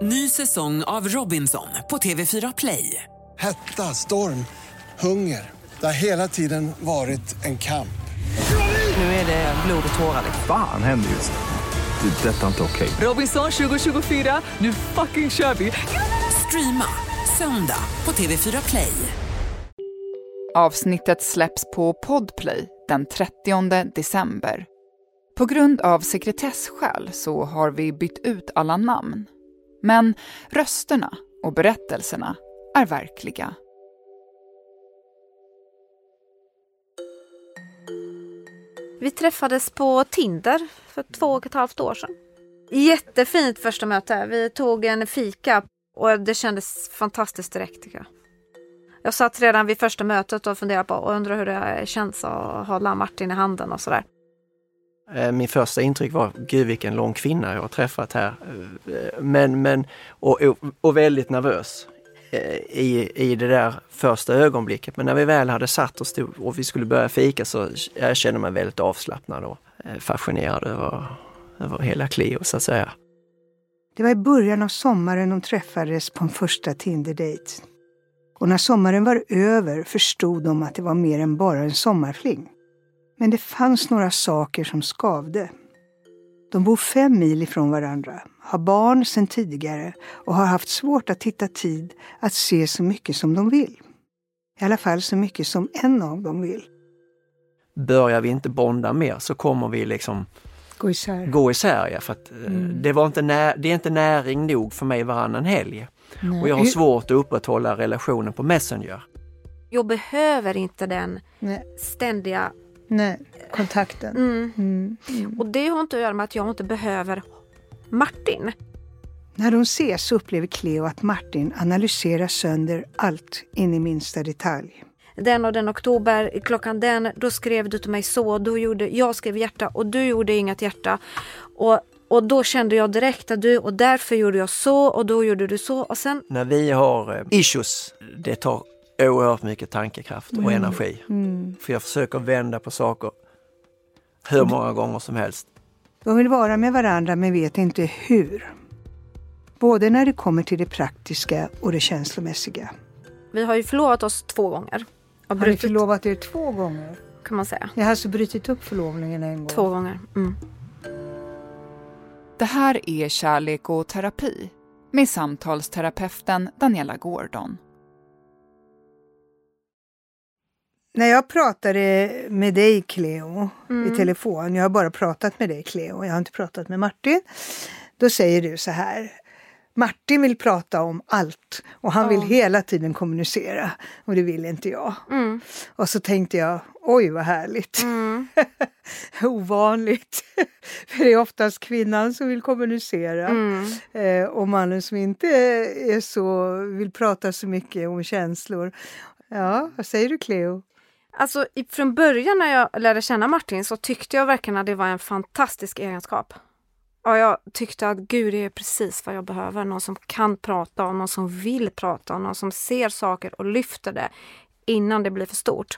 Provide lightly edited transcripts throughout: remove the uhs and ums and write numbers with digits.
Ny säsong av Robinson på TV4 Play. Hetta, storm, hunger. Det har hela tiden varit en kamp. Nu är det blod och tårar. Fan händer just nu. Det. Detta är inte okej. Robinson 2024, nu fucking kör vi. Streama söndag på TV4 Play. Avsnittet släpps på Podplay den 30 december. På grund av sekretessskäl så har vi bytt ut alla namn. Men rösterna och berättelserna är verkliga. Vi träffades på Tinder för 2,5 år sedan. Jättefint första möte. Vi tog en fika och det kändes fantastiskt direkt tycker jag. Jag satt redan vid första mötet och funderade på och undrar hur det känns att hålla Martin i handen och sådär. Min första intryck var, gud vilken lång kvinna jag har träffat här. Och väldigt nervös i det där första ögonblicket. Men när vi väl hade satt oss och vi skulle börja fika så jag kände mig väldigt avslappnad och fascinerad över hela Cleo så att säga. Det var i början av sommaren de träffades på en första Tinder-date. Och när sommaren var över förstod de att det var mer än bara en sommarfling. Men det fanns några saker som skavde. De bor 5 mil ifrån varandra, har barn sedan tidigare och har haft svårt att hitta tid att se så mycket som de vill. I alla fall så mycket som en av dem vill. Börjar vi inte bonda mer så kommer vi liksom gå isär ja, för att det är inte näring nog för mig varannan helg. Nej. Och jag har svårt att upprätthålla relationen på Messenger. Jag behöver inte den ständiga kontakten. Och det har inte att göra med att jag inte behöver Martin. När de ses så upplever Cleo att Martin analyserar sönder allt in i minsta detalj. Den och den oktober, klockan den, då skrev du till mig så, jag skrev hjärta och du gjorde inget hjärta. Och då kände jag direkt att och därför gjorde jag så och då gjorde du så. Och sen... När vi har issues, det tar oerhört mycket tankekraft och energi. För jag försöker vända på saker hur många gånger som helst. De vill vara med varandra men vet inte hur. Både när det kommer till det praktiska och det känslomässiga. Vi har ju förlovat oss 2 gånger. Har ni förlovat er 2 gånger? Kan man säga. Jag har alltså brutit upp förlovningen en gång. 2 gånger. Det här är Kärlek och terapi med samtalsterapeuten Daniela Gordon. När jag pratade med dig Cleo i telefon, jag har bara pratat med dig Cleo, jag har inte pratat med Martin. Då säger du så här: Martin vill prata om allt och han vill hela tiden kommunicera och det vill inte jag. Och så tänkte jag, oj vad härligt. Ovanligt. För det är oftast kvinnan som vill kommunicera och mannen som inte är så, vill prata så mycket om känslor. Ja, vad säger du Cleo? Alltså från början när jag lärde känna Martin så tyckte jag verkligen att det var en fantastisk egenskap. Och jag tyckte att gud, det är precis vad jag behöver. Någon som kan prata och någon som vill prata och någon som ser saker och lyfter det innan det blir för stort.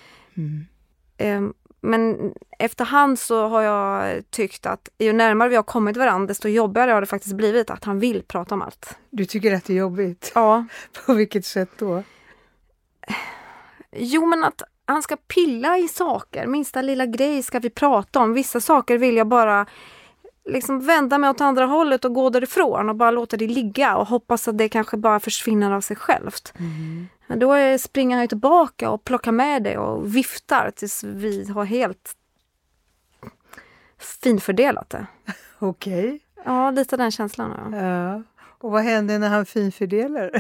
Men efterhand så har jag tyckt att ju närmare vi har kommit varandra desto jobbigare har det faktiskt blivit att han vill prata om allt. Du tycker att det är jobbigt? Ja. På vilket sätt då? Jo, men att han ska pilla i saker. Minsta lilla grej ska vi prata om. Vissa saker vill jag bara liksom vända mig åt andra hållet och gå därifrån och bara låta det ligga och hoppas att det kanske bara försvinner av sig självt. Men då springer han tillbaka och plockar med det och viftar tills vi har helt finfördelat det. Okej. Ja, lite den känslan. Ja. Och vad händer när han finfördelar?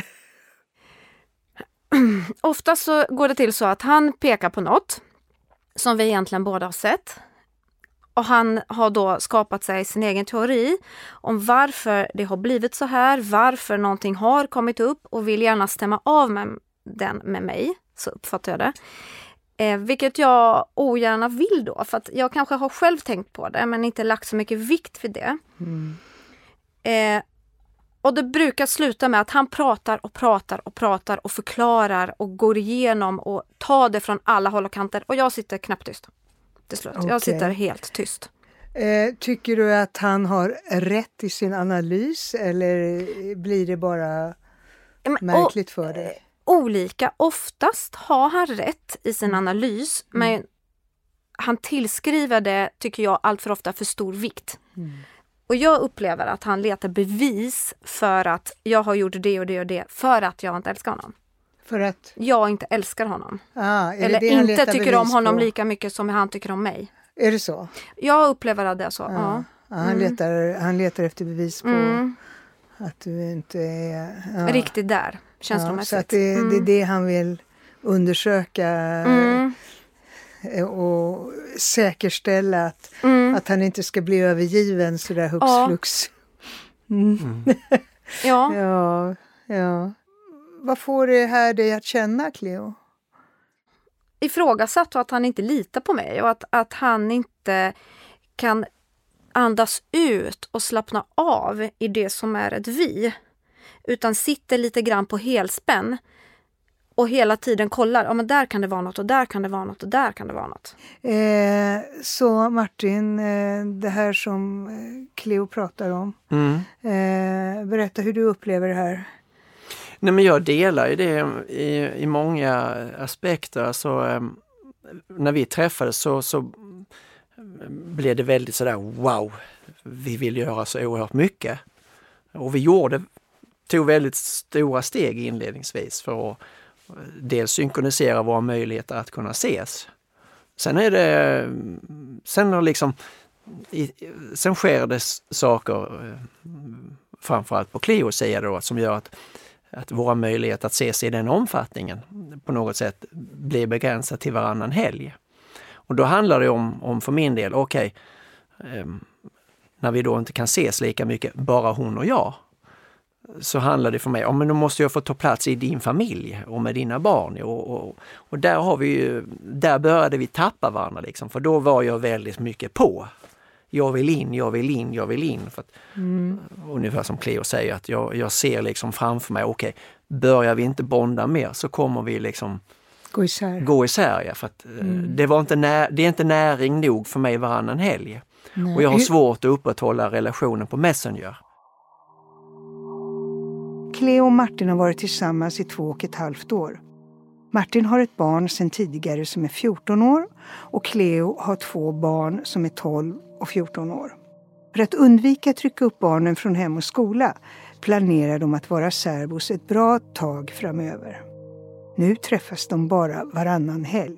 Ofta så går det till så att han pekar på något som vi egentligen båda har sett. Och han har då skapat sig sin egen teori om varför det har blivit så här, varför någonting har kommit upp och vill gärna stämma av med mig, så uppfattar jag det. Vilket jag ogärna vill då, för att jag kanske har själv tänkt på det men inte lagt så mycket vikt vid det. Och det brukar sluta med att han pratar och förklarar och går igenom och tar det från alla håll och kanter och jag sitter knappt tyst till slut. Okay. Jag sitter helt tyst. Tycker du att han har rätt i sin analys eller blir det bara märkligt för dig? Olika. Oftast har han rätt i sin analys, men han tillskriver det, tycker jag, allt för ofta för stor vikt. Och jag upplever att han letar bevis för att jag har gjort det och det och det för att jag inte älskar honom. För att? Jag inte älskar honom. Eller det inte tycker om honom lika mycket som han tycker om mig. Är det så? Jag upplever att det är så, ja. Han letar efter bevis på att du inte är... Riktigt där, känslomässigt. Så att det är det han vill undersöka och säkerställa att han inte ska bli övergiven så där hux flux. Ja. Vad får det här dig att känna, Cleo? Ifrågasatt och att han inte litar på mig och att han inte kan andas ut och slappna av i det som är ett vi, utan sitter lite grann på helspänn och hela tiden kollar, men där kan det vara något och där kan det vara något och där kan det vara något. Så Martin, det här som Cleo pratar om, berätta hur du upplever det här. Nej, men jag delar ju det i många aspekter. Alltså, när vi träffades så blev det väldigt sådär, wow, vi vill göra så oerhört mycket. Och vi tog väldigt stora steg inledningsvis för att dels synkronisera våra möjligheter att kunna ses. Sen sker det saker, framförallt på Cleos sida då, som gör att våra möjligheter att ses i den omfattningen på något sätt blir begränsat till varannan helg. Och då handlar det om för min del, när vi då inte kan ses lika mycket, bara hon och jag, så handlar det för mig, men då måste jag få ta plats i din familj och med dina barn. Och där började vi tappa varandra liksom, för då var jag väldigt mycket på. Jag vill in. För att, ungefär som Cleo säger, att jag ser liksom framför mig, börjar vi inte bonda mer så kommer vi liksom gå isär. Ja, för att det är inte näring nog för mig varannan helg. Nej. Och jag har svårt att upprätthålla relationen på Messenger. Cleo och Martin har varit tillsammans i 2,5 år. Martin har ett barn sedan tidigare som är 14 år och Cleo har 2 barn som är 12 och 14 år. För att undvika att trycka upp barnen från hem och skola planerar de att vara särbos ett bra tag framöver. Nu träffas de bara varannan helg.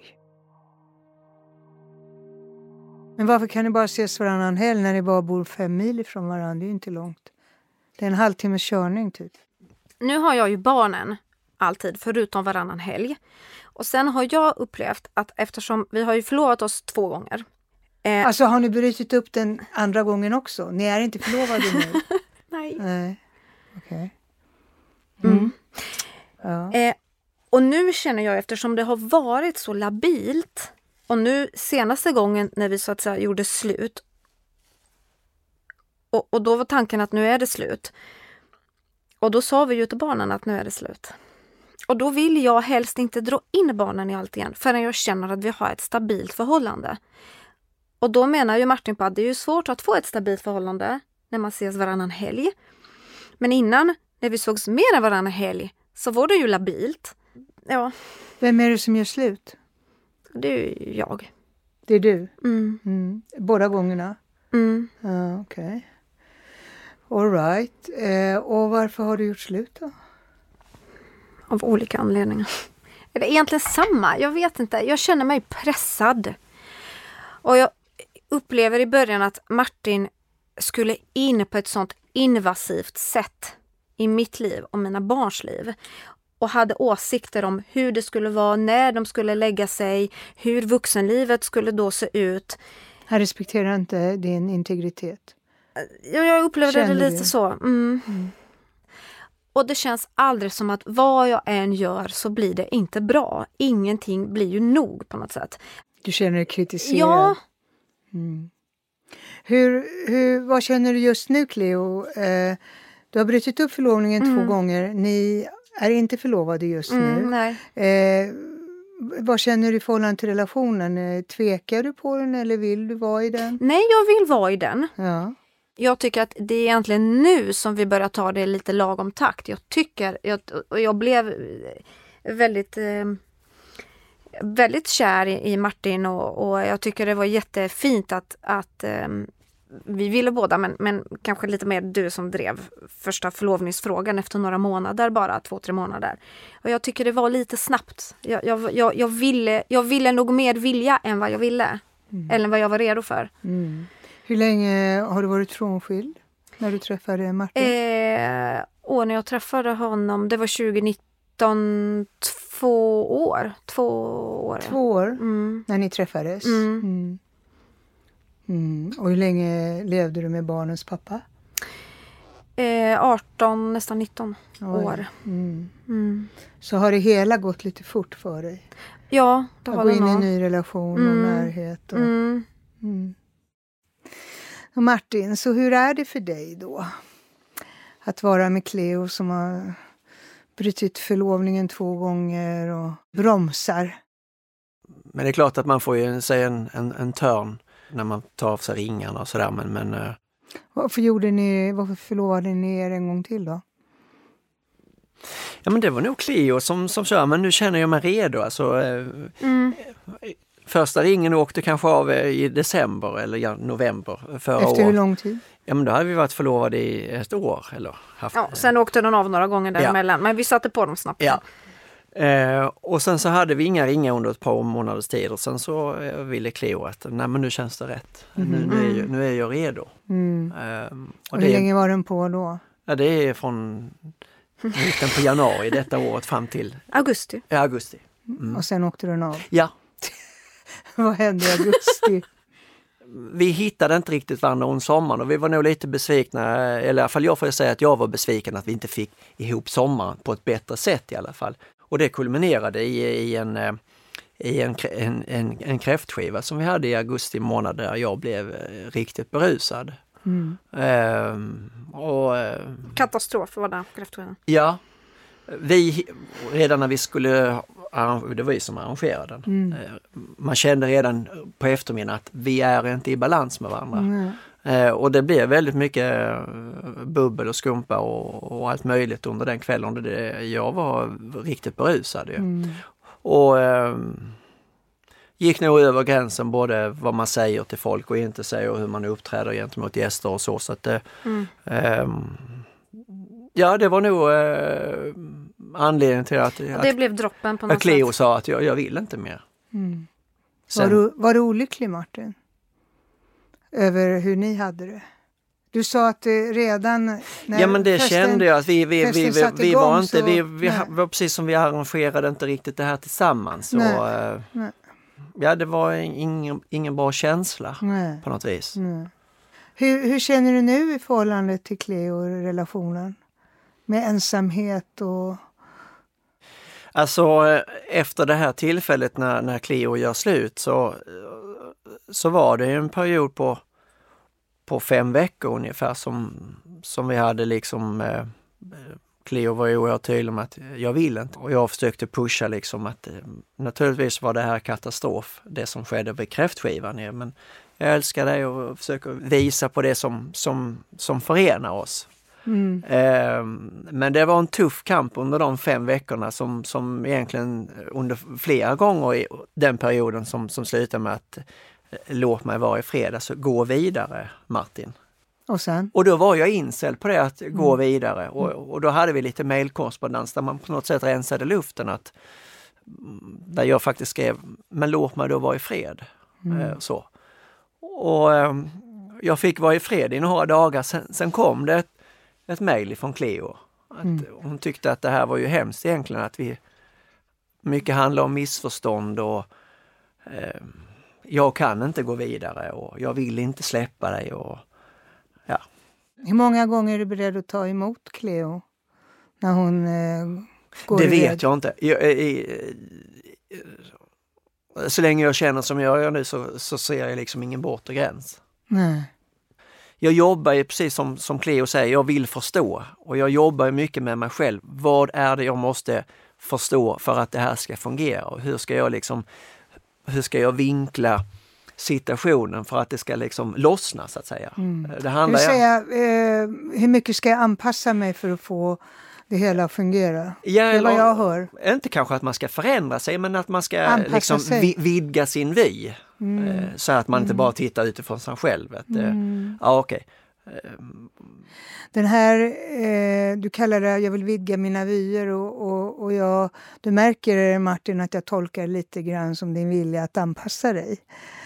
Men varför kan ni bara ses varannan helg när ni bara bor 5 mil ifrån varandra? Det är ju inte långt. Det är en halvtimmes körning typ. Nu har jag ju barnen alltid, förutom varannan helg. Och sen har jag upplevt att eftersom vi har ju förlovat oss 2 gånger. Alltså har ni brutit upp den andra gången också? Ni är inte förlovade nu? Nej. Okej. Ja. Och nu känner jag, eftersom det har varit så labilt, och nu senaste gången när vi så att säga gjorde slut, och då var tanken att nu är det slut. Och då sa vi ju till barnen att nu är det slut. Och då vill jag helst inte dra in barnen i allt igen förrän jag känner att vi har ett stabilt förhållande. Och då menar ju Martin på att det är ju svårt att få ett stabilt förhållande när man ses varannan helg. Men innan, när vi sågs mer än varannan helg, så var det ju labilt. Ja. Vem är det som gör slut? Det är ju jag. Det är du? Båda gångerna? Ja, okej. All right. Och varför har du gjort slut då? Av olika anledningar. Är det egentligen samma? Jag vet inte. Jag känner mig pressad. Och jag upplever i början att Martin skulle in på ett sånt invasivt sätt i mitt liv och mina barns liv. Och hade åsikter om hur det skulle vara, när de skulle lägga sig, hur vuxenlivet skulle då se ut. Han respekterar inte din integritet. Jag upplevde det lite så. Och det känns aldrig som att vad jag än gör så blir det inte bra. Ingenting blir ju nog på något sätt. Du känner dig kritiserad? Ja. Vad känner du just nu, Cleo? Du har brutit upp förlovningen 2 gånger. Ni är inte förlovade just nu. Nej. Vad känner du i förhållande till relationen? Tvekar du på den eller vill du vara i den? Nej, jag vill vara i den. Ja. Jag tycker att det är egentligen nu som vi börjar ta det lite lagom takt. Jag blev väldigt kär i Martin och jag tycker det var jättefint att vi ville båda, men kanske lite mer du som drev första förlovningsfrågan efter några månader, bara 2-3 månader. Och jag tycker det var lite snabbt. Jag ville nog mer vilja än vad jag ville. Eller vad jag var redo för. Mm. Hur länge har du varit frånskild när du träffade Martin? När jag träffade honom, det var 2019, 2 år. 2 år. 2 år när ni träffades? Och hur länge levde du med barnens pappa? 18, nästan 19 år. Så har det hela gått lite fort för dig? Ja, det har det nog. Att gå in i en ny relation och närhet. Och Martin, så hur är det för dig då? Att vara med Cleo som har brutit förlovningen 2 gånger och bromsar. Men det är klart att man får ju säga en törn när man tar av sig ringarna och sådär. Men varför förlovade ni er en gång till då? Ja, men det var nog Cleo som sa, men nu känner jag mig redo. Alltså, första ringen åkte kanske av i december eller november förra året. Efter hur lång tid? Ja, men då hade vi varit förlovade i 1 år. Eller haft... Ja, sen åkte den av några gånger däremellan, men vi satte på dem snabbt. Ja. Och sen så hade vi inga ringar under ett par månaders tid och sen så ville Cleo att nej, men nu känns det rätt. Nu är jag redo. Och hur länge var den på då? Ja, det är från mitten på januari detta året fram till augusti. Ja, augusti. Och sen åkte den av? Ja. Vad hände i augusti? Vi hittade inte riktigt varandra om sommaren och vi var nog lite besvikna, eller i alla fall jag får säga att jag var besviken att vi inte fick ihop sommaren på ett bättre sätt i alla fall. Och det kulminerade i en kräftskiva som vi hade i augusti månad där jag blev riktigt berusad. Katastrof var det kräftskivan. Ja, redan när vi skulle, det var vi som arrangerade den. Man kände redan på eftermiddagen att vi är inte i balans med varandra. Och det blev väldigt mycket bubbel och skumpa och allt möjligt under den kvällen. Jag var riktigt berusad. Och gick nog över gränsen både vad man säger till folk och inte säger och hur man uppträder gentemot gäster och så. Så att ja, det var nog anledningen till att det blev droppen på något sätt. Cleo sa att jag vill inte mer. Var du olycklig, Martin? Över hur ni hade det? Du sa att redan när ja, men det kände jag att vi var inte vi nej. var precis som vi arrangerade inte riktigt det här tillsammans Nej. Ja, det var ingen bra känsla på något vis. Hur känner du nu i förhållande till Cleo och relationen? Med ensamhet och... Alltså efter det här tillfället när Cleo gör slut så var det en period på 5 veckor ungefär som vi hade liksom Cleo var ju oerhört tydlig med att jag vill inte. Och jag försökte pusha liksom att naturligtvis var det här katastrof, det som skedde vid kräftskivan. Men jag älskar dig och försöker visa på det som förenar oss. Men det var en tuff kamp under de 5 veckorna som egentligen under flera gånger i den perioden som slutade med att låt mig vara i fred, alltså gå vidare, Martin. Och sen? Och då var jag inställd på det att gå vidare och då hade vi lite mejlkorrespondens där man på något sätt rensade luften där jag faktiskt skrev, men låt mig då vara i fred. Så. Och jag fick vara i fred i några dagar, sen kom det ett mejl från Cleo. Hon tyckte att det här var ju hemskt egentligen, att mycket handlar om missförstånd och jag kan inte gå vidare och jag vill inte släppa dig och ja. Hur många gånger är du beredd att ta emot Cleo när hon går det vet jag inte. Så länge jag känner som jag gör nu så ser jag liksom ingen bortre gräns. Nej. Jag jobbar ju precis som Cleo säger, jag vill förstå och jag jobbar mycket med mig själv. Vad är det jag måste förstå för att det här ska fungera? Och hur ska jag vinkla situationen för att det ska liksom lossna så att säga? Det handlar hur mycket ska jag anpassa mig för att få det hela att fungera? Ja, det är vad jag hör. Inte kanske att man ska förändra sig, men att man ska liksom vidga sin vy. Så att man inte bara tittar utifrån sig själv. Okej. Den här, du kallar det jag vill vidga mina vyer och du märker Martin att jag tolkar lite grann som din vilja att anpassa dig.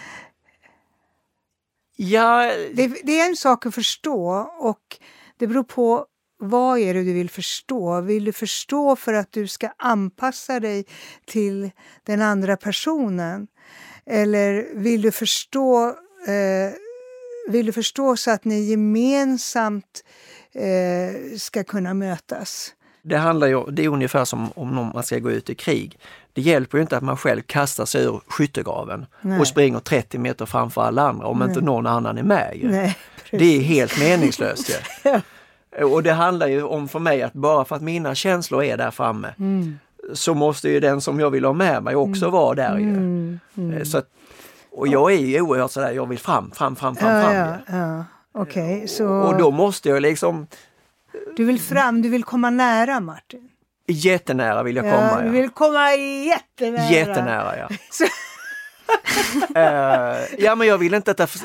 Ja. Det är en sak att förstå och det beror på vad är det du vill förstå. Vill du förstå för att du ska anpassa dig till den andra personen? Eller vill du förstå så att ni gemensamt ska kunna mötas? Det är ungefär som om man ska gå ut i krig. Det hjälper ju inte att man själv kastar sig ur skyttegraven och springer 30 meter framför alla andra om inte någon annan är med. Nej, det är helt meningslöst. Ja. Och det handlar ju om för mig att bara för att mina känslor är där framme så måste ju den som jag vill ha med mig också vara där. Så att, och jag är ju oerhört sådär, jag vill fram. Ja. Okej, så... Och då måste jag liksom... Du vill fram, du vill komma nära Martin. Jättenära vill jag komma. Ja, du vill komma jättenära. Jättenära, ja. Ja, men jag vill inte att...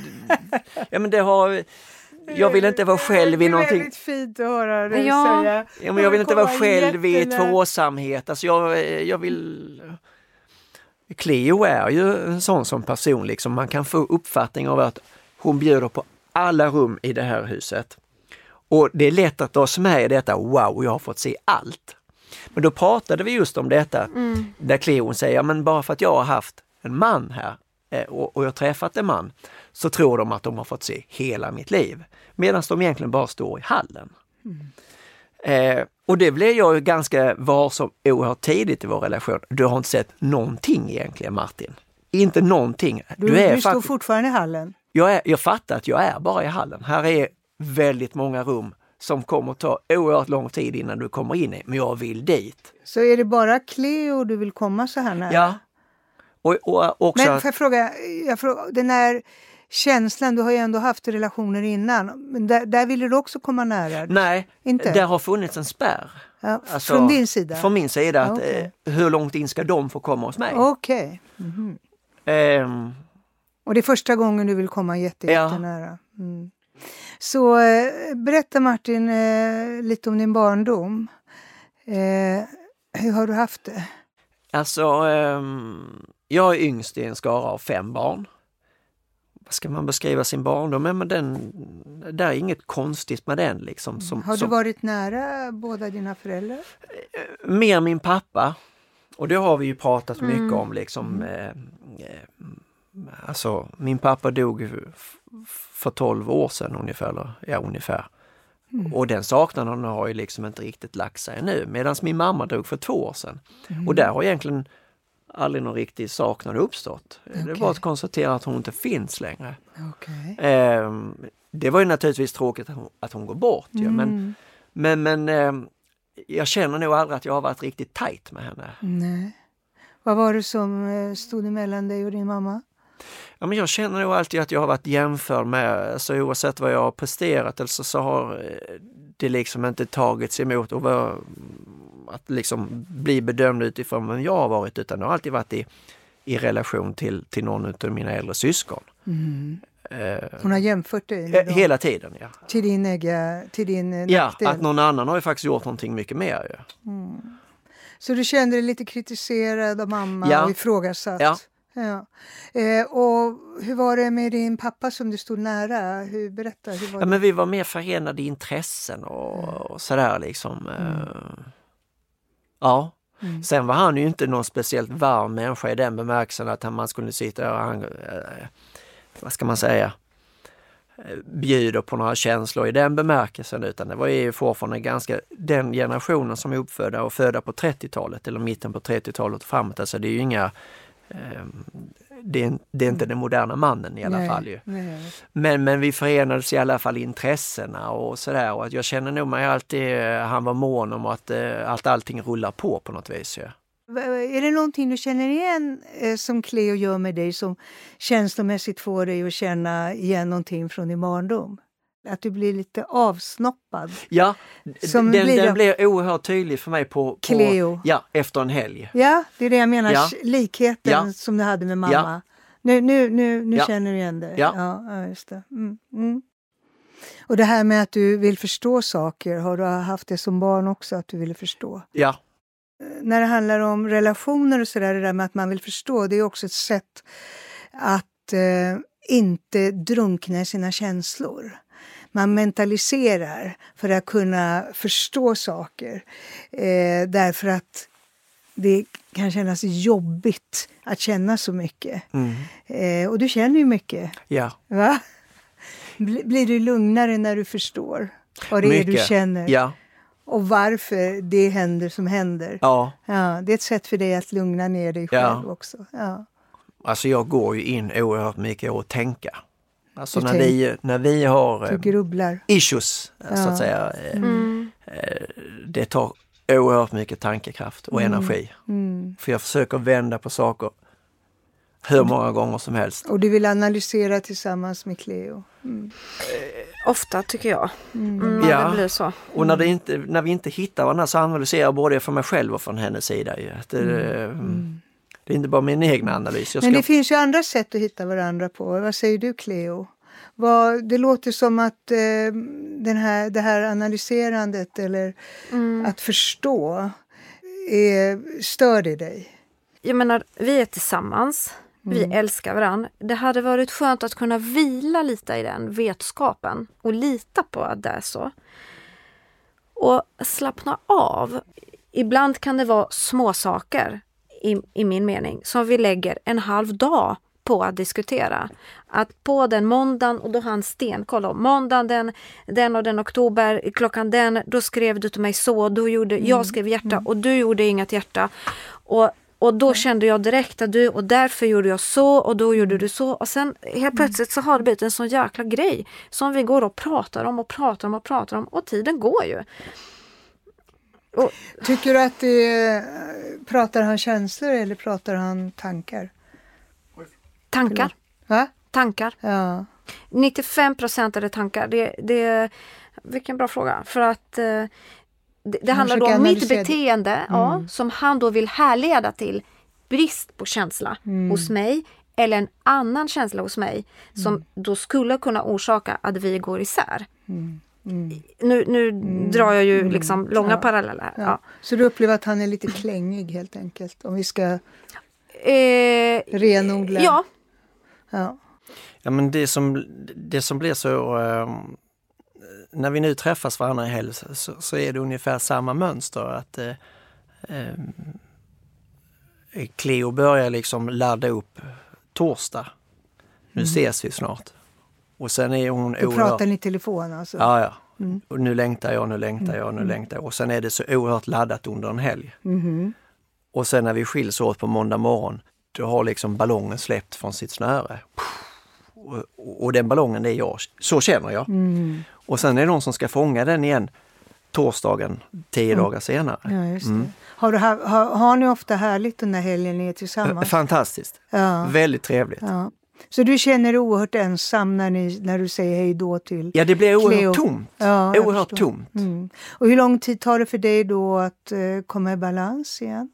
Jag vill inte vara själv i någonting... Det är väldigt fint att höra dig säga. Ja, men jag vill inte vara själv i tvåsamhet. Alltså jag vill... Cleo är ju en sån som person. Liksom. Man kan få uppfattning av att hon bjuder på alla rum i det här huset. Och det är lätt att dras med i detta. Wow, jag har fått se allt. Men då pratade vi just om detta. Där Cleo säger, men bara för att jag har haft en man här och jag har träffat en man så tror de att de har fått se hela mitt liv. Medan de egentligen bara står i hallen. Och det blev jag ju ganska varsam oerhört tidigt i vår relation. Du har inte sett någonting egentligen, Martin. Inte någonting. Du står fortfarande i hallen? Jag fattar att jag är bara i hallen. Här är väldigt många rum som kommer att ta oerhört lång tid innan du kommer in i. Men jag vill dit. Så är det bara Cleo du vill komma så här nära? Ja. Och också... Men får jag fråga, den här känslan, du har ju ändå haft relationer innan. Men där ville du också komma nära? Nej, inte? Där har funnits en spärr. Ja, alltså, från din sida? Från min sida. Att, hur långt in ska de få komma hos mig? Okej. Och det är första gången du vill komma jättenära. Så berätta Martin lite om din barndom. Hur har du haft det? Alltså, jag är yngst i en skara av 5 barn. Vad ska man beskriva sin barndom? Men det är inget konstigt med den. Liksom, har du varit nära båda dina föräldrar? Mer min pappa. Och det har vi ju pratat mycket om. Liksom, alltså, min pappa dog för 12 år sedan ungefär. Och den saknaden har ju liksom inte riktigt lagt sig nu. Medan min mamma dog för 2 år sedan. Och där har egentligen aldrig någon riktig saknad uppstått. Det var att konstatera att hon inte finns längre. Det var ju naturligtvis tråkigt att hon går bort. Ja. Men jag känner nog aldrig att jag har varit riktigt tajt med henne. Nej. Vad var det som stod emellan dig och din mamma? Ja, men jag känner nog alltid att jag har varit jämförd med, alltså oavsett vad jag har presterat, alltså så har det liksom inte tagits emot och att liksom bli bedömd utifrån vem jag har varit, utan jag har alltid varit i relation till någon av mina äldre syskon. Hon har jämfört dig hela tiden, ja. Till din nackdel. Ja, att någon annan har ju faktiskt gjort någonting mycket mer. Ja. Så du kände dig lite kritiserad av mamma och ifrågasatt? Ja. Ja. Och hur var det med din pappa som du stod nära? Berätta, hur var det? Men vi var mer förenade i intressen och sådär liksom. Ja. Sen var han ju inte någon speciellt varm människa i den bemärkelsen att man skulle sitta och vad ska man säga, bjuder på några känslor i den bemärkelsen, utan det var ju fortfarande ganska den generationen som är uppfödda och födda på 30-talet eller mitten på 30-talet och framåt. Alltså det är ju inga det är inte den moderna mannen i alla fall ju. Nej. Men vi förenades i alla fall intressena och sådär. Och att jag känner nog mig alltid, han var mån om att allting rullar på något vis. Ja. Är det någonting du känner igen som Cleo gör med dig som känslomässigt får dig att känna igen någonting från din barndom? Att du blir lite avsnoppad? Ja, den blir oerhört tydlig för mig på Cleo. Ja, efter en helg. Ja, det är det jag menar. Ja. Likheten som du hade med mamma. Ja. Nu Ja. känner du igen det. Ja. Ja, just det. Mm. Och det här med att du vill förstå saker, har du haft det som barn också, att du ville förstå? Ja. När det handlar om relationer och sådär, det där med att man vill förstå, det är också ett sätt att inte drunkna i sina känslor. Man mentaliserar för att kunna förstå saker. Därför att det kan kännas jobbigt att känna så mycket. Och du känner ju mycket. Ja. Va? Blir du lugnare när du förstår vad det är du känner? Ja. Och varför det händer som händer. Ja. Ja, det är ett sätt för dig att lugna ner dig själv också. Ja. Alltså jag går ju in oerhört mycket och tänka. Alltså Du när vi har Du grubblar. issues, så att säga. Det tar oerhört mycket tankekraft och energi. För jag försöker vända på saker hur många gånger som helst. Och du vill analysera tillsammans med Cleo. Ofta tycker jag. Det blir så. Och när vi inte hittar varandra så analyserar jag både för mig själv och från hennes sida. Ju. Det är inte bara min egen analys. Men det finns ju andra sätt att hitta varandra på. Vad säger du, Cleo? Det låter som att det här analyserandet eller att förstå stör i dig. Jag menar, vi är tillsammans. Vi älskar varandra. Det hade varit skönt att kunna vila lite i den vetskapen och lita på att det är så. Och slappna av. Ibland kan det vara små saker i min mening som vi lägger en halv dag på att diskutera. Att på den måndagen, och då har han stenkoll om måndagen den och den oktober, klockan den, då skrev du till mig så, då gjorde jag skrev hjärta och du gjorde inget hjärta. Och då kände jag direkt att och därför gjorde jag så och då gjorde du så. Och sen helt plötsligt så har det blivit en sån jäkla grej som vi går och pratar om och tiden går ju. Och, tycker du att pratar han känslor eller pratar han tankar? Tankar. Va? Tankar. Ja. 95% är det tankar. Det vilken bra fråga. För att det handlar då om mitt beteende som han då vill härleda till brist på känsla hos mig eller en annan känsla hos mig som då skulle kunna orsaka att vi går isär. Nu drar jag ju liksom långa paralleller här. Ja. Så du upplever att han är lite klängig helt enkelt, om vi ska renodla? Ja. Ja, men det som blir så när vi nu träffas varandra i helg så är det ungefär samma mönster att Cleo börjar liksom ladda upp torsdag. Nu ses vi snart. Och sen är hon Då pratar ni i telefon alltså? Ja. Och nu längtar jag. Och sen är det så oerhört laddat under en helg. Och sen när vi skiljs åt på måndag morgon, då har liksom ballongen släppt från sitt snöre. Och den ballongen, det är jag. Så känner jag. Och sen är det någon som ska fånga den igen torsdagen 10 dagar senare. Ja, just det. Har ni ofta härligt den där helgen ni är tillsammans? Fantastiskt. Ja. Väldigt trevligt. Ja. Så du känner dig oerhört ensam när du säger hej då till Ja, det blir oerhört Cleo. tomt. Ja, oerhört tomt. Och hur lång tid tar det för dig då att komma i balans igen?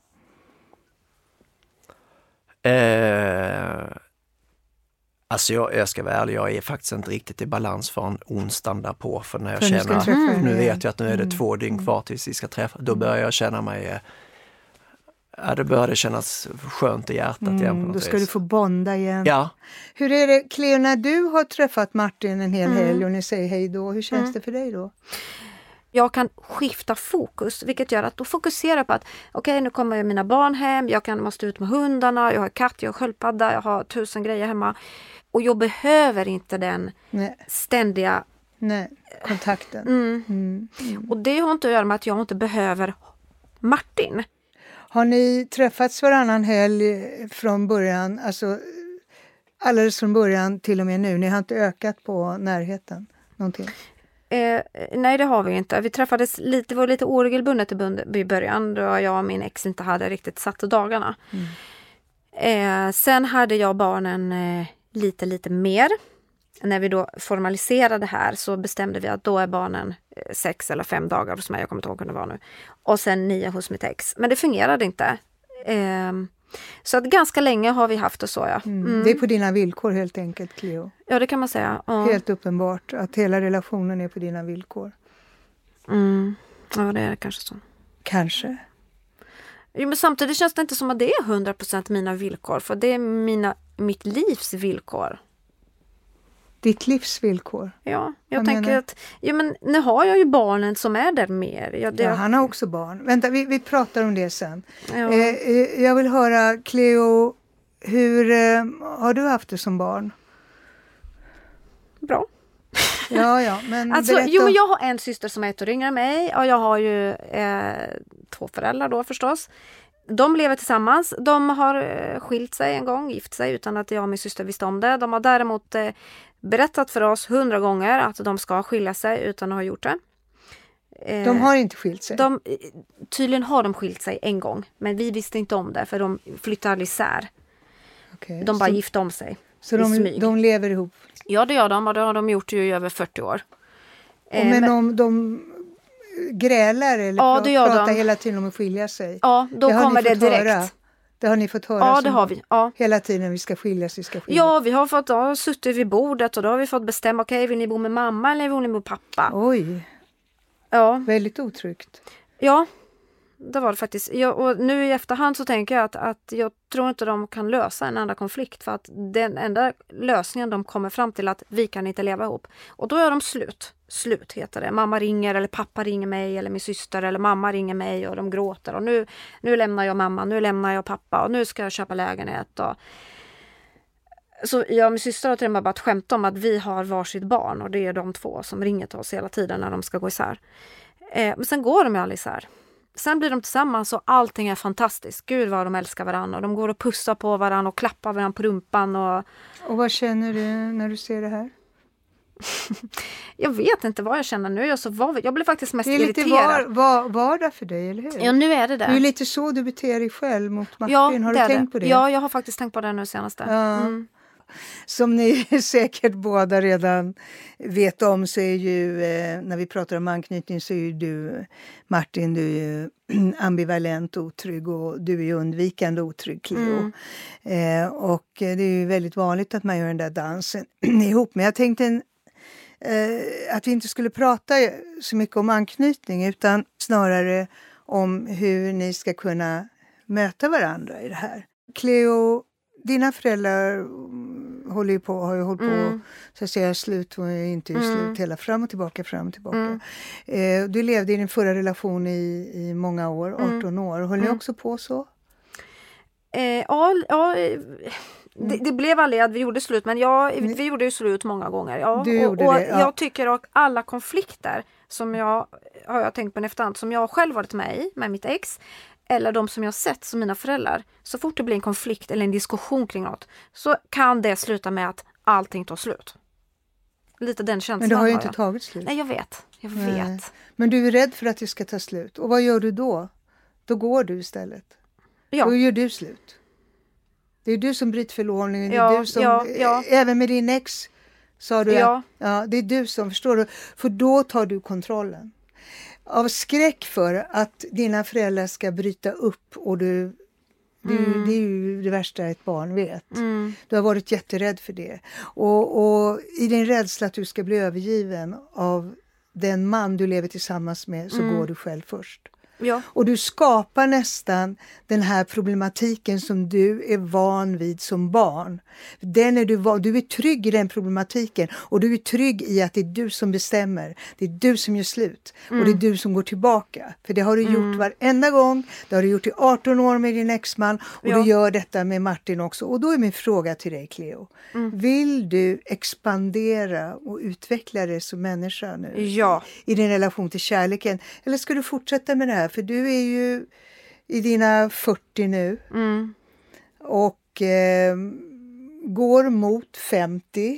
Alltså jag ska vara ärlig, jag är faktiskt inte riktigt i balans för en onsdag därpå. För när jag känner, nu vet jag att nu är det 2 dygn kvar tills vi ska träffa. Då börjar jag känna mig, då börjar det kännas skönt i hjärtat igen på något Då ska vis. du få bonda igen. Ja. Hur är det, Cleo, när du har träffat Martin en hel helg och ni säger hej då, hur känns det för dig då? Jag kan skifta fokus, vilket gör att då fokuserar jag på att okej, nu kommer mina barn hem, jag måste ut med hundarna, jag har katt, jag har sköldpadda, jag har 1000 grejer hemma. Och jag behöver inte den ständiga kontakten. Och det har inte att göra med att jag inte behöver Martin. Har ni träffats varannan helg från början, alltså alldeles från början till och med nu? Ni har inte ökat på närheten någonting? Nej, det har vi inte. Vi träffades lite, var lite oregelbundet i början då jag och min ex inte hade riktigt satt dagarna. Sen hade jag barnen lite mer. När vi då formaliserade det här så bestämde vi att då är barnen 6 eller 5 dagar hos mig, jag kommer inte ihåg hur det var nu. Och sen 9 hos mitt ex. Men det fungerade inte. Så att ganska länge har vi haft det så, ja. Det är på dina villkor helt enkelt, Cleo. Ja, det kan man säga. Ja. Helt uppenbart att hela relationen är på dina villkor. Ja, det är kanske så. Kanske. Jo, men samtidigt känns det inte som att det är 100% mina villkor. För det är mitt livs villkor. Ditt livs villkor? Ja, jag tänker att men nu har jag ju barnen som är där mer. Han har också barn. Vänta, vi pratar om det sen. Ja. Jag vill höra, Cleo, hur har du haft det som barn? Bra. Ja, men alltså, men jag har en syster som är 1 år yngre än mig och jag har ju 2 föräldrar då förstås. De lever tillsammans. De har skilt sig en gång, gift sig utan att jag och min syster visste om det. De har däremot berättat för oss 100 gånger att de ska skilja sig utan att ha gjort det. De har inte skilt sig? Tydligen har de skilt sig en gång, men vi visste inte om det för de flyttade isär. Okay, de bara gifte om sig. Så de lever ihop? Ja, det gör de och det har de gjort i över 40 år. Men om de grälar eller pratar hela tiden om att skilja sig? Ja, då kommer det direkt. Höra. Det har ni fått höra? Ja, det har vi. Ja. Hela tiden vi ska skiljas. Ja, vi har fått suttit vid bordet och då har vi fått bestämma, okej, vill ni bo med mamma eller vill ni bo med pappa? Oj, väldigt otryggt. Ja, det var det faktiskt. Och nu i efterhand så tänker jag att jag tror inte de kan lösa en enda konflikt för att den enda lösningen de kommer fram till att vi kan inte leva ihop. Och då är de slut. Slut heter det. Mamma ringer eller pappa ringer mig eller min syster eller mamma ringer mig och de gråter och nu lämnar jag mamma, nu lämnar jag pappa och nu ska jag köpa lägenhet. Så jag och min syster har till och med bara skämt om att vi har varsitt barn och det är de 2 som ringer till oss hela tiden när de ska gå isär. Men sen går de ju aldrig isär. Sen blir de tillsammans och allting är fantastiskt. Gud vad de älskar varandra. Och de går och pussar på varandra och klappar varandra på rumpan. Och vad känner du när du ser det här? Jag vet inte vad jag känner nu. Jag blir faktiskt mest irriterad. irriterad. Det är lite vardag för dig, eller hur? Ja, nu är det där. Det är lite så du beter dig själv mot Martin. Ja, har du tänkt på det? Ja, jag har faktiskt tänkt på det nu senaste. Ja. Som ni säkert båda redan vet om så är ju, när vi pratar om anknytning så är ju du, Martin, du är ju ambivalent otrygg och du är ju undvikande otrygg, Cleo. Och det är ju väldigt vanligt att man gör den där dansen ihop. Men jag tänkte att vi inte skulle prata så mycket om anknytning utan snarare om hur ni ska kunna möta varandra i det här. Cleo, dina föräldrar har ju hållit på så att säga slut och inte slut hela fram och tillbaka. Du levde i din förra relation i många år, 18 år. Höll ni också på så? Det blev aldrig att vi gjorde slut, men vi gjorde ju slut många gånger. Ja. Du gjorde det, ja. Jag tycker att alla konflikter som jag har tänkt på efterhand, som jag själv varit med i, med mitt ex, eller de som jag sett som mina föräldrar, så fort det blir en konflikt eller en diskussion kring något så kan det sluta med att allting tar slut. Lite den känslan. Men det har ju inte tagit slut. Nej, jag vet. Men du är rädd för att det ska ta slut. Och vad gör du då? Då går du istället. Ja. Då gör du slut. Det är du som bryter förlovningen. Det är du som, även med din ex sa du det är du som, förstår du? För då tar du kontrollen. Av skräck för att dina föräldrar ska bryta upp och det är ju det värsta ett barn vet. Du har varit jätterädd för det. Och i din rädsla att du ska bli övergiven av den man du lever tillsammans med så går du själv först. Ja. Och du skapar nästan den här problematiken som du är van vid som barn. Den är du är trygg i den problematiken och du är trygg i att det är du som bestämmer. Det är du som gör slut och det är du som går tillbaka. För det har du gjort varenda gång. Det har du gjort i 18 år med din exman och du gör detta med Martin också. Och då är min fråga till dig, Cleo. Vill du expandera och utveckla dig som människa nu? Ja. I din relation till kärleken? Eller ska du fortsätta med det här? För du är ju i dina 40 nu. Och går mot 50.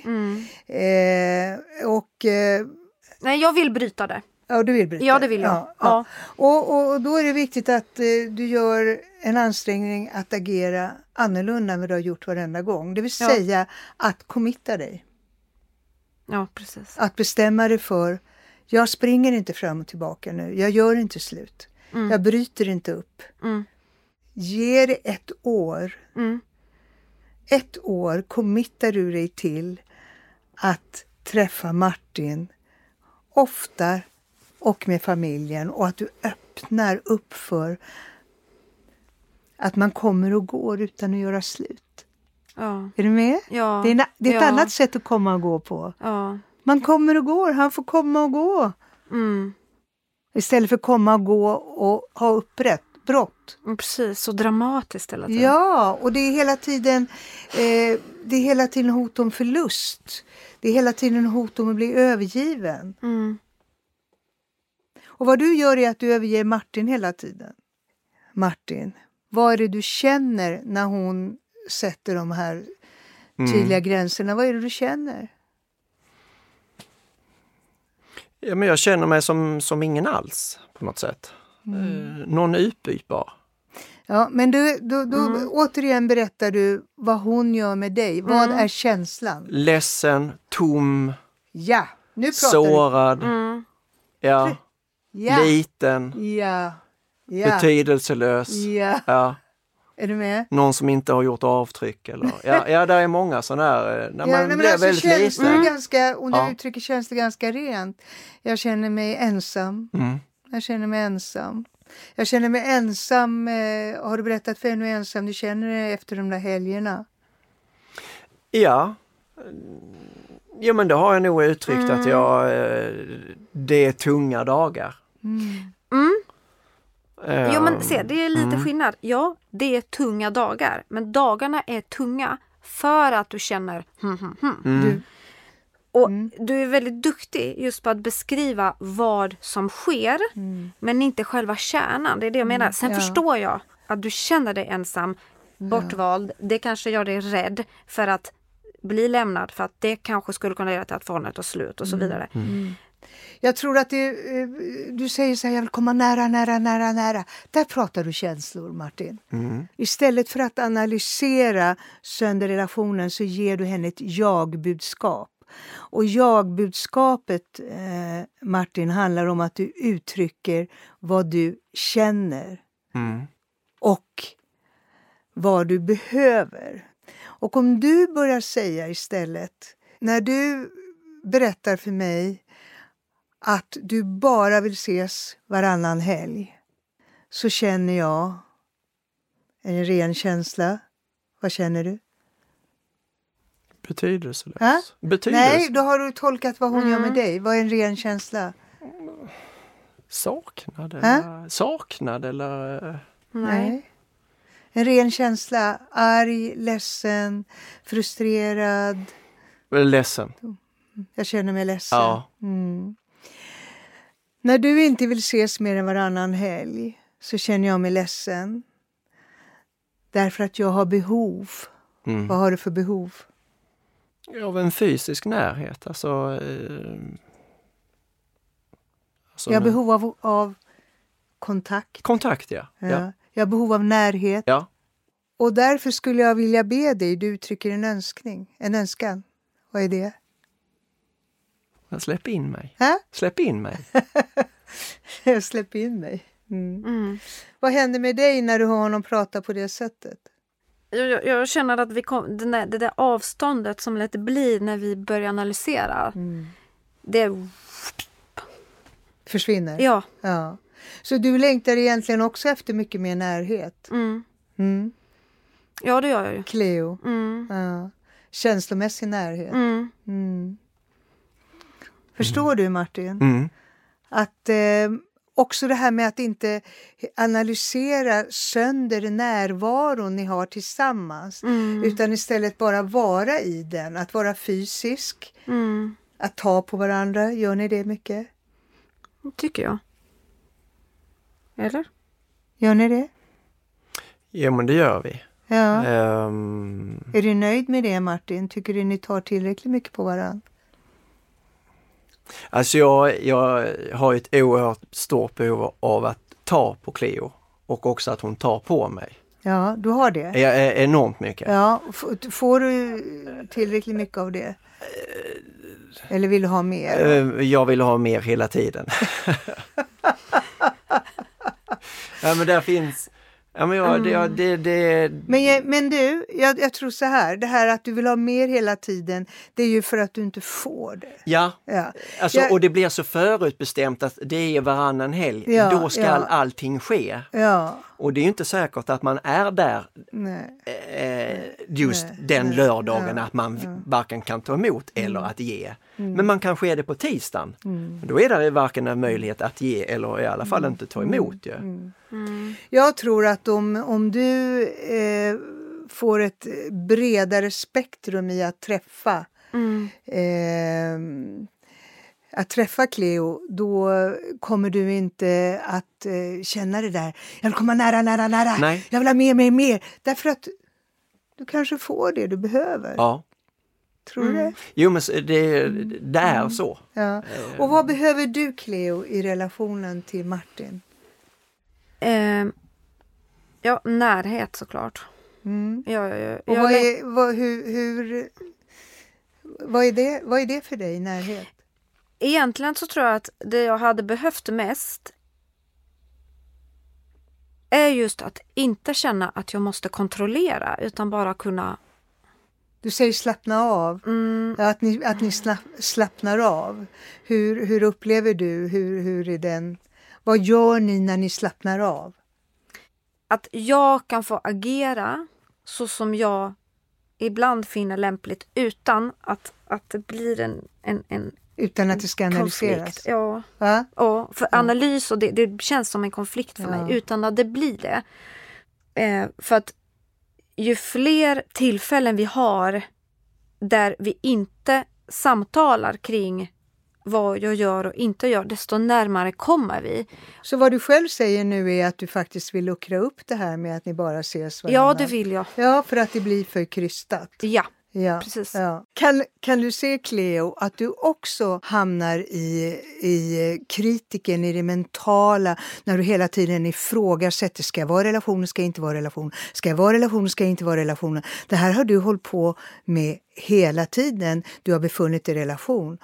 Nej, jag vill bryta det. Ja, du vill bryta. Ja, det vill jag. Ja. Och då är det viktigt att du gör en ansträngning att agera annorlunda än vad du har gjort varenda gång. Det vill säga att committa dig. Ja, precis. Att bestämma dig för, jag springer inte fram och tillbaka nu. Jag gör inte slut. Jag bryter inte upp. Ge det 1 år. 1 år committar du dig till att träffa Martin ofta och med familjen, och att du öppnar upp för att man kommer och går utan att göra slut. Ja. Är du med? Ja. Det är ett annat sätt att komma och gå på. Ja. Man kommer och går, han får komma och gå. Istället för komma och gå och ha brott. Precis, så dramatiskt hela tiden. Ja, och det är hela tiden hot om förlust. Det är hela tiden hot om att bli övergiven. Och vad du gör är att du överger Martin hela tiden. Martin, vad är det du känner när hon sätter de här tydliga gränserna? Vad är det du känner? Ja, men jag känner mig som ingen alls på något sätt. Någon utbytbar. Ja, men då återigen berättar du vad hon gör med dig. Vad är känslan? Ledsen, tom, ja, nu pratar sårad, ja. Liten, betydelselös. Ja. Är du med? Någon som inte har gjort avtryck. Eller, ja, där är många sådana här. När man blir väldigt liten. Och du uttrycker känslor ganska rent. Jag känner mig ensam. Jag känner mig ensam. Jag känner mig ensam. Har du berättat för henne hur ensam du känner dig efter de där helgerna? Ja. Jo, men det har jag nog uttryckt att det är tunga dagar. Jo, men se, det är lite skillnad. Ja, det är tunga dagar. Men dagarna är tunga för att du känner Du är väldigt duktig just på att beskriva vad som sker, men inte själva kärnan. Det är det jag menar. Sen förstår jag att du känner dig ensam, bortvald. Det kanske gör dig rädd för att bli lämnad, för att det kanske skulle kunna leda till att förhållandet tar slut och så vidare. Jag tror att du säger så här, jag vill komma nära. Där pratar du känslor, Martin. Istället för att analysera sönder relationen så ger du henne ett jag-budskap. Och jag-budskapet, Martin, handlar om att du uttrycker vad du känner. Och vad du behöver. Och om du börjar säga istället, när du berättar för mig att du bara vill ses varannan helg, så känner jag en ren känsla. Vad känner du? Betydelselös. Nej, då har du tolkat vad hon gör med dig. Vad är en ren känsla? Saknad eller... Nej. En ren känsla. Arg, ledsen, frustrerad. Ledsen. Jag känner mig ledsen. Ja. När du inte vill ses mer än varannan helg så känner jag mig ledsen. Därför att jag har behov. Vad har du för behov? Av en fysisk närhet. Alltså jag har behov av kontakt. Kontakt, ja. Jag har behov av närhet. Ja. Och därför skulle jag vilja be dig, du uttrycker en önskan. Vad är det? Släpp in mig. Släpp in mig. Vad händer med dig när du hör honom prata på det sättet? Jag känner att det där avståndet som lätt blir när vi börjar analysera. Det försvinner. Ja. Så du längtar egentligen också efter mycket mer närhet. Ja, det gör jag ju. Cleo. Ja. Känslomässig närhet. Förstår du, Martin? Att också det här med att inte analysera sönder närvaron ni har tillsammans. Utan istället bara vara i den. Att vara fysisk. Att ta på varandra. Gör ni det mycket? Tycker jag. Eller? Gör ni det? Ja, men det gör vi. Ja. Är du nöjd med det, Martin? Tycker du ni tar tillräckligt mycket på varandra? Alltså jag har ett oerhört stort behov av att ta på Cleo och också att hon tar på mig. Ja, du har det? Enormt mycket. Ja, får du tillräckligt mycket av det? Eller vill du ha mer? Jag vill ha mer hela tiden. Ja, men där finns... Ja, men Men du, jag tror så här, det här att du vill ha mer hela tiden, det är ju för att du inte får det. Ja. Alltså, och det blir så förutbestämt att det är varannan helg, då ska allting ske. Ja. Och det är ju inte säkert att man är där den lördagen att man varken kan ta emot eller att ge. Men man kanske är det på tisdagen. Då är det varken en möjlighet att ge eller i alla fall inte ta emot. Jag tror att om du får ett bredare spektrum i att träffa Cleo, då kommer du inte att känna det där. Jag vill komma nära. Nej. Jag vill ha mer. Därför att du kanske får det du behöver. Ja. Tror du det? Jo, men det är så. Ja. Och vad behöver du, Cleo, i relationen till Martin? Närhet såklart. Och vad är det för dig, närhet? Egentligen så tror jag att det jag hade behövt mest är just att inte känna att jag måste kontrollera, utan bara kunna... Du säger slappna av. Att ni slappnar av. Hur upplever du? Hur är den? Vad gör ni när ni slappnar av? Att jag kan få agera så som jag ibland finner lämpligt utan att det blir en utan att det ska analyseras. Konflikt. Ja, för analys och det känns som en konflikt för mig utan att det blir det. För att ju fler tillfällen vi har där vi inte samtalar kring vad jag gör och inte gör, desto närmare kommer vi. Så vad du själv säger nu är att du faktiskt vill luckra upp det här med att ni bara ses varandra? Ja, det vill jag. Ja, för att det blir för krystat. Ja, precis. Ja. Kan du se, Cleo, att du också hamnar i kritiken, i det mentala, när du hela tiden ifrågasätter, ska jag vara i relation, ska jag inte vara i relation, ska jag vara i relation, ska jag inte vara i relation. Det här har du hållit på med hela tiden du har befunnit i relation.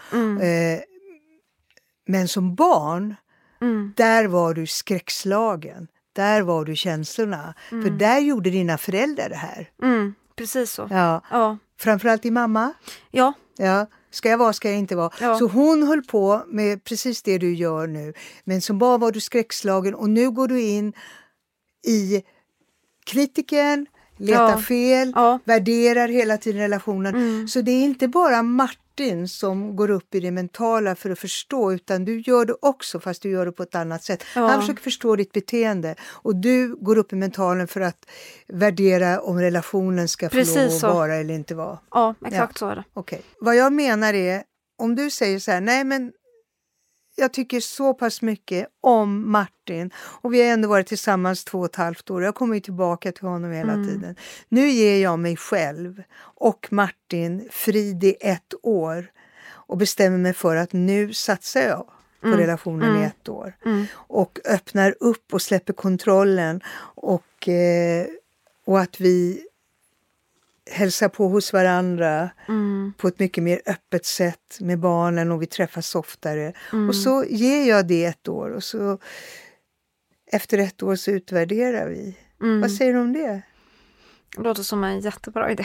Men som barn, där var du skräckslagen. Där var du känslorna. För där gjorde dina föräldrar det här. Precis så. Ja. Framförallt din mamma. Ja. Ska jag vara, ska jag inte vara. Ja. Så hon höll på med precis det du gör nu. Men som barn var du skräckslagen. Och nu går du in i kritiken, letar fel, värderar hela tiden relationen. Så det är inte bara Martin som går upp i det mentala för att förstå, utan du gör det också, fast du gör det på ett annat sätt. Han försöker förstå ditt beteende och du går upp i mentalen för att värdera om relationen ska få lov att vara eller inte vara. Ja, exakt så är det. Okej. Vad jag menar är, om du säger så här, nej men jag tycker så pass mycket om Martin och vi har ändå varit tillsammans 2,5 år. Jag kommer ju tillbaka till honom hela tiden. Nu ger jag mig själv och Martin frid i 1 år och bestämmer mig för att nu satsar jag på relationen i 1 år. Och öppnar upp och släpper kontrollen och att vi hälsar på hos varandra på ett mycket mer öppet sätt med barnen och vi träffas oftare. Och så ger jag det 1 år och så efter 1 år så utvärderar vi. Vad säger du om det? Det låter som en jättebra idé.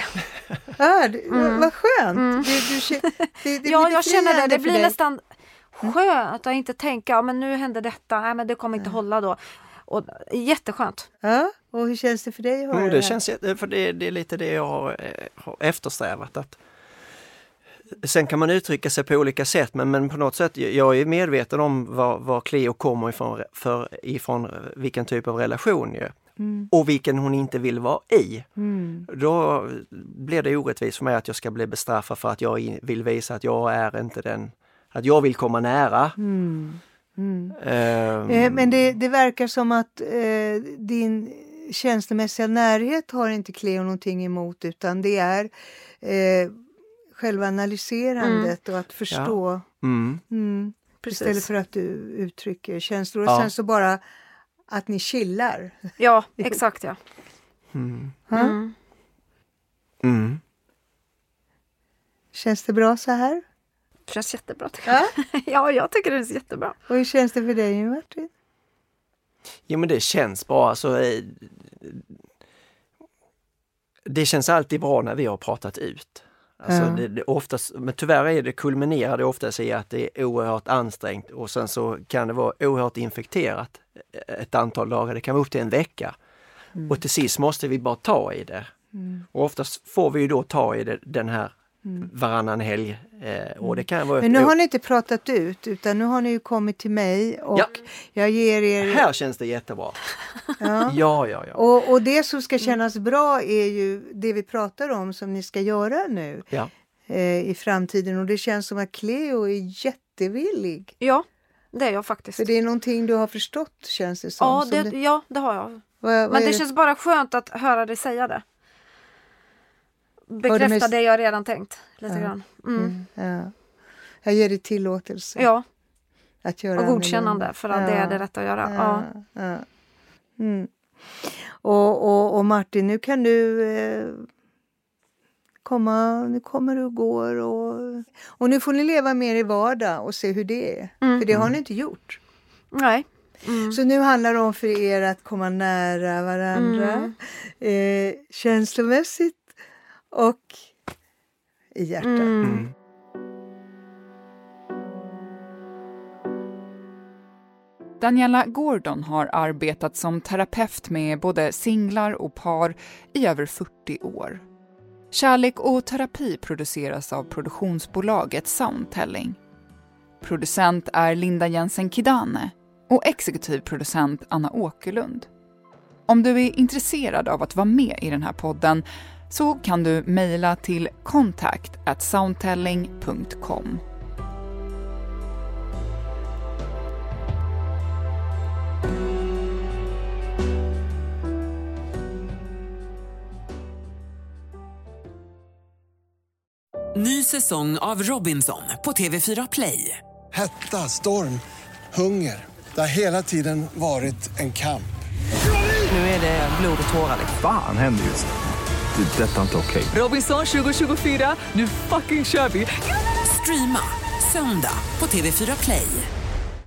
Vad skönt. Jag känner det. Det blir nästan skönt att inte tänka, men nu händer detta. Nej, men det kommer inte hålla då. Och jätteskönt. Ja, och hur känns det för dig att höra det? Känns, för det är lite det jag har eftersträvat. Att, sen kan man uttrycka sig på olika sätt, men på något sätt, jag är medveten om var Cleo kommer ifrån vilken typ av relation ju. Och vilken hon inte vill vara i. Då blir det orättvist för mig att jag ska bli bestraffad för att jag vill visa att jag är inte den, att jag vill komma nära. Men det verkar som att känslomässiga närhet har inte Cleo någonting emot, utan det är själva analyserandet och att förstå. Istället för att du uttrycker känslor. Och sen så bara att ni chillar. Ja, exakt ja. Känns det bra så här? Det känns jättebra tycker jag. Ja, jag tycker det är jättebra. Och hur känns det för dig, Martin? Jo, men det känns bra. Alltså, det känns alltid bra när vi har pratat ut. Alltså, det oftast, men tyvärr är det kulminerar det oftast i att det är oerhört ansträngt och sen så kan det vara oerhört infekterat ett antal dagar. Det kan vara upp till en vecka. Och till sist måste vi bara ta i det. Och oftast får vi ju då ta i det den här varannan helg. Och det kan vara men nu har ni inte pratat ut, utan nu har ni ju kommit till mig och jag ger er... Här känns det jättebra. Ja. Och det som ska kännas bra är ju det vi pratar om som ni ska göra nu i framtiden. Och det känns som att Cleo är jättevillig. Ja, det är jag faktiskt. För det är någonting du har förstått, känns det som. Ja, det har jag. Vad men det känns bara skönt att höra dig säga det. Bekräfta det jag redan tänkt lite grann. Ja. Jag ger dig tillåtelse. Ja. Att göra och godkännande för att det är det rätta att göra. Och Martin, nu kan du nu kommer du och går och nu får ni leva mer i vardag och se hur det är. För det har ni inte gjort. Nej. Så nu handlar det om för er att komma nära varandra känslomässigt och i hjärtat. Daniela Gordon har arbetat som terapeut med både singlar och par i över 40 år. Kärlek och terapi produceras av produktionsbolaget Soundtelling. Producent är Linda Jensen Kidane och exekutiv producent Anna Åkerlund. Om du är intresserad av att vara med i den här podden så kan du mejla till contact@soundtelling.com. Ny säsong av Robinson på TV4 Play. Hetta, storm, hunger. Det har hela tiden varit en kamp. Nu är det blod och tårar. Fan händer just det. Det är detta inte okej. Robinson 2024, nu fucking kör vi. Streama söndag på TV4 Play.